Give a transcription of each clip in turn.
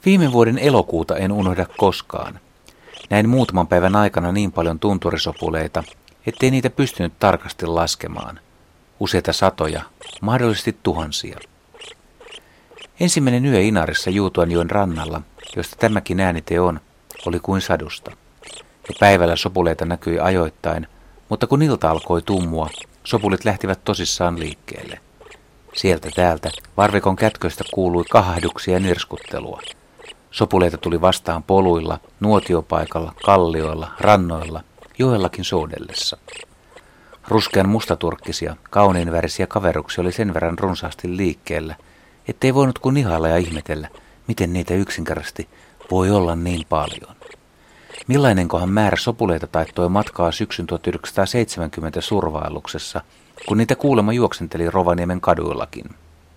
Viime vuoden elokuuta en unohda koskaan. Näin muutaman päivän aikana niin paljon tunturisopuleita, ettei niitä pystynyt tarkasti laskemaan. Useita satoja, mahdollisesti tuhansia. Ensimmäinen yö Inarissa Juutuanjoen rannalla, josta tämäkin äänite on, oli kuin sadusta. Ja päivällä sopuleita näkyi ajoittain, mutta kun ilta alkoi tummua, sopulit lähtivät tosissaan liikkeelle. Sieltä täältä varvikon kätköistä kuului kahahduksia ja nirskuttelua. Sopuleita tuli vastaan poluilla, nuotiopaikalla, kallioilla, rannoilla, joellakin soudellessa. Ruskean mustaturkkisia, kauniinvärisiä kaveruksia oli sen verran runsaasti liikkeellä, ettei voinut kuin ihailla ja ihmetellä, miten niitä yksinkertaisesti voi olla niin paljon. Millainenkohan määrä sopuleita taittoi matkaa syksyn 1970 survailluksessa, kun niitä kuulemma juoksenteli Rovaniemen kaduillakin.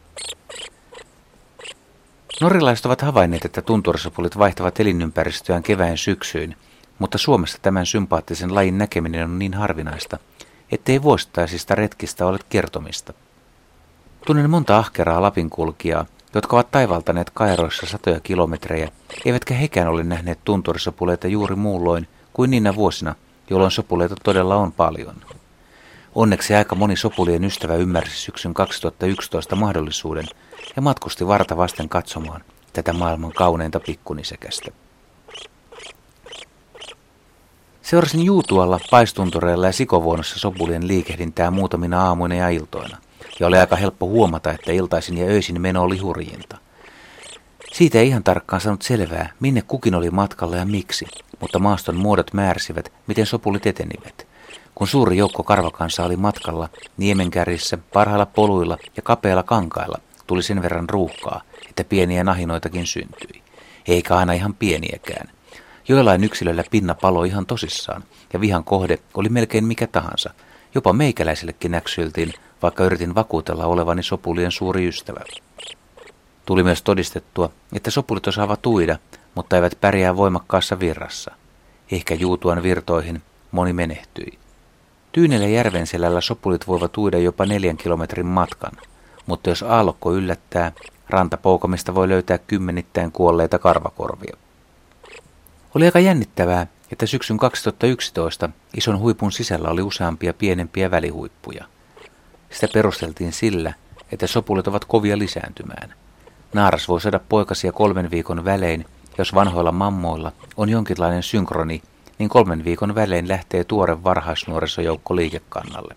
Norjalaiset ovat havainneet, että tunturisopulit vaihtavat elinympäristöään keväin syksyyn, mutta Suomessa tämän sympaattisen lajin näkeminen on niin harvinaista, ettei vuosittaisista retkistä ole kertomista. Tunnen monta ahkeraa Lapinkulkijaa, jotka ovat taivaltaneet kairoissa satoja kilometrejä, eivätkä hekään ole nähneet tunturisopuleita juuri muulloin kuin niinä vuosina, jolloin sopuleita todella on paljon. Onneksi aika moni sopulien ystävä ymmärsi syksyn 2011 mahdollisuuden ja matkusti varta vasten katsomaan tätä maailman kauneinta pikkunisekästä. Seurasin Juutualla, Paistuntureilla ja Sikovuonossa sopulien liikehdintää muutamina aamuina ja iltoina, ja oli aika helppo huomata, että iltaisin ja öisin meno oli hurjinta. Siitä ei ihan tarkkaan saanut selvää, minne kukin oli matkalla ja miksi, mutta maaston muodot määrsivät, miten sopulit etenivät. Kun suuri joukko karvakansaa oli matkalla, niemenkärjissä, parhailla poluilla ja kapeilla kankailla tuli sen verran ruuhkaa, että pieniä nahinoitakin syntyi. Eikä aina ihan pieniäkään. Joillain yksilöillä pinna paloi ihan tosissaan, ja vihan kohde oli melkein mikä tahansa. Jopa meikäläisellekin näksyiltiin, vaikka yritin vakuutella olevani sopulien suuri ystävä. Tuli myös todistettua, että sopulit osaavat uida, mutta eivät pärjää voimakkaassa virrassa. Ehkä Juutuan virtoihin moni menehtyi. Tyynellä järvenselällä sopulit voivat uida jopa 4 kilometrin matkan, mutta jos aallokko yllättää, rantapoukamista voi löytää kymmenittäin kuolleita karvakorvia. Oli aika jännittävää, että syksyn 2011 ison huipun sisällä oli useampia pienempiä välihuippuja. Sitä perusteltiin sillä, että sopulit ovat kovia lisääntymään. Naaras voi saada poikasia 3 viikon välein, jos vanhoilla mammoilla on jonkinlainen synkroni, niin 3 viikon välein lähtee tuore varhaisnuorisojoukko liikekannalle.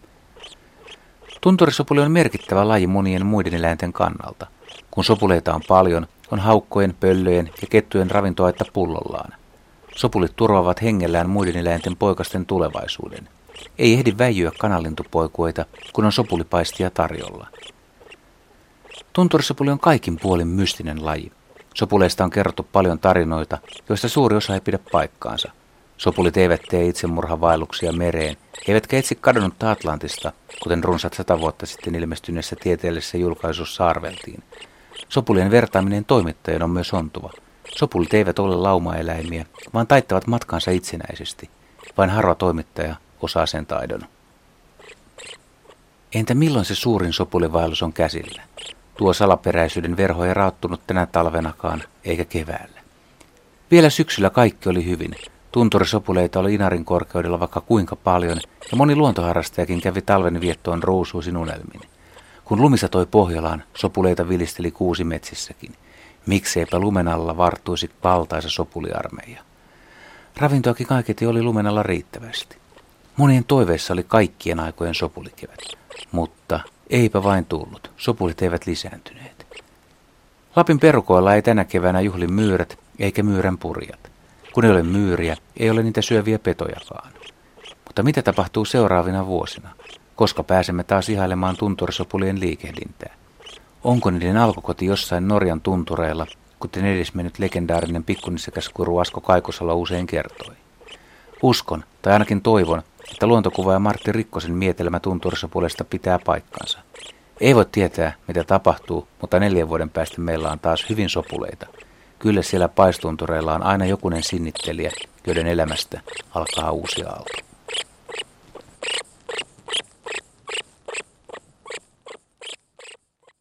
Tunturisopuli on merkittävä laji monien muiden eläinten kannalta. Kun sopuleita on paljon, on haukkojen, pöllöjen ja kettujen ravintoaitta pullollaan. Sopulit turvaavat hengellään muiden eläinten poikasten tulevaisuuden. Ei ehdi väijyä kanalintupoikueita, kun on sopulipaistia tarjolla. Tunturisopuli on kaikin puolin mystinen laji. Sopuleista on kerrottu paljon tarinoita, joista suuri osa ei pidä paikkaansa. Sopulit eivät tee itsemurhavaelluksia mereen, eivätkä etsi kadonnutta Atlantista, kuten runsat 100 vuotta sitten ilmestyneessä tieteellisessä julkaisussa arveltiin. Sopulien vertaaminen toimittajien on myös ontuva. Sopulit eivät ole laumaeläimiä, vaan taittavat matkansa itsenäisesti. Vain harva toimittaja osaa sen taidon. Entä milloin se suurin sopulivaellus on käsillä? Tuo salaperäisyyden verho ei raottunut tänä talvenakaan, eikä keväällä. Vielä syksyllä kaikki oli hyvin. Tunturisopuleita oli Inarin korkeudella vaikka kuinka paljon, ja moni luontoharrastajakin kävi talven viettoon ruusuisin unelmin. Kun lumi satoi Pohjolaan, sopuleita vilisteli kuusimetsissäkin. Mikseipä lumen alla vartuisi valtaisa sopuliarmeija. Ravintoakin kaiketi oli lumen alla riittävästi. Monien toiveissa oli kaikkien aikojen sopulikevät, mutta eipä vain tullut. Sopulit eivät lisääntyneet. Lapin perukoilla ei tänä keväänä juhli myyrät eikä myyrän purjat. Kun ei ole myyriä, ei ole niitä syöviä petojakaan. Mutta mitä tapahtuu seuraavina vuosina? Koska pääsemme taas ihailemaan tunturisopulien liikehdintää? Onko niiden alkukoti jossain Norjan tuntureilla, kuten edesmennyt legendaarinen pikkunisekäskuru Asko Kaikosalo usein kertoi? Uskon, tai ainakin toivon, että luontokuvaaja Martti Rikkosen mietelmä tunturisopulesta pitää paikkansa. Ei voi tietää, mitä tapahtuu, mutta 4 vuoden päästä meillä on taas hyvin sopuleita. Kyllä siellä paistuntureilla on aina jokunen sinnittelijä, joiden elämästä alkaa uusi aalto.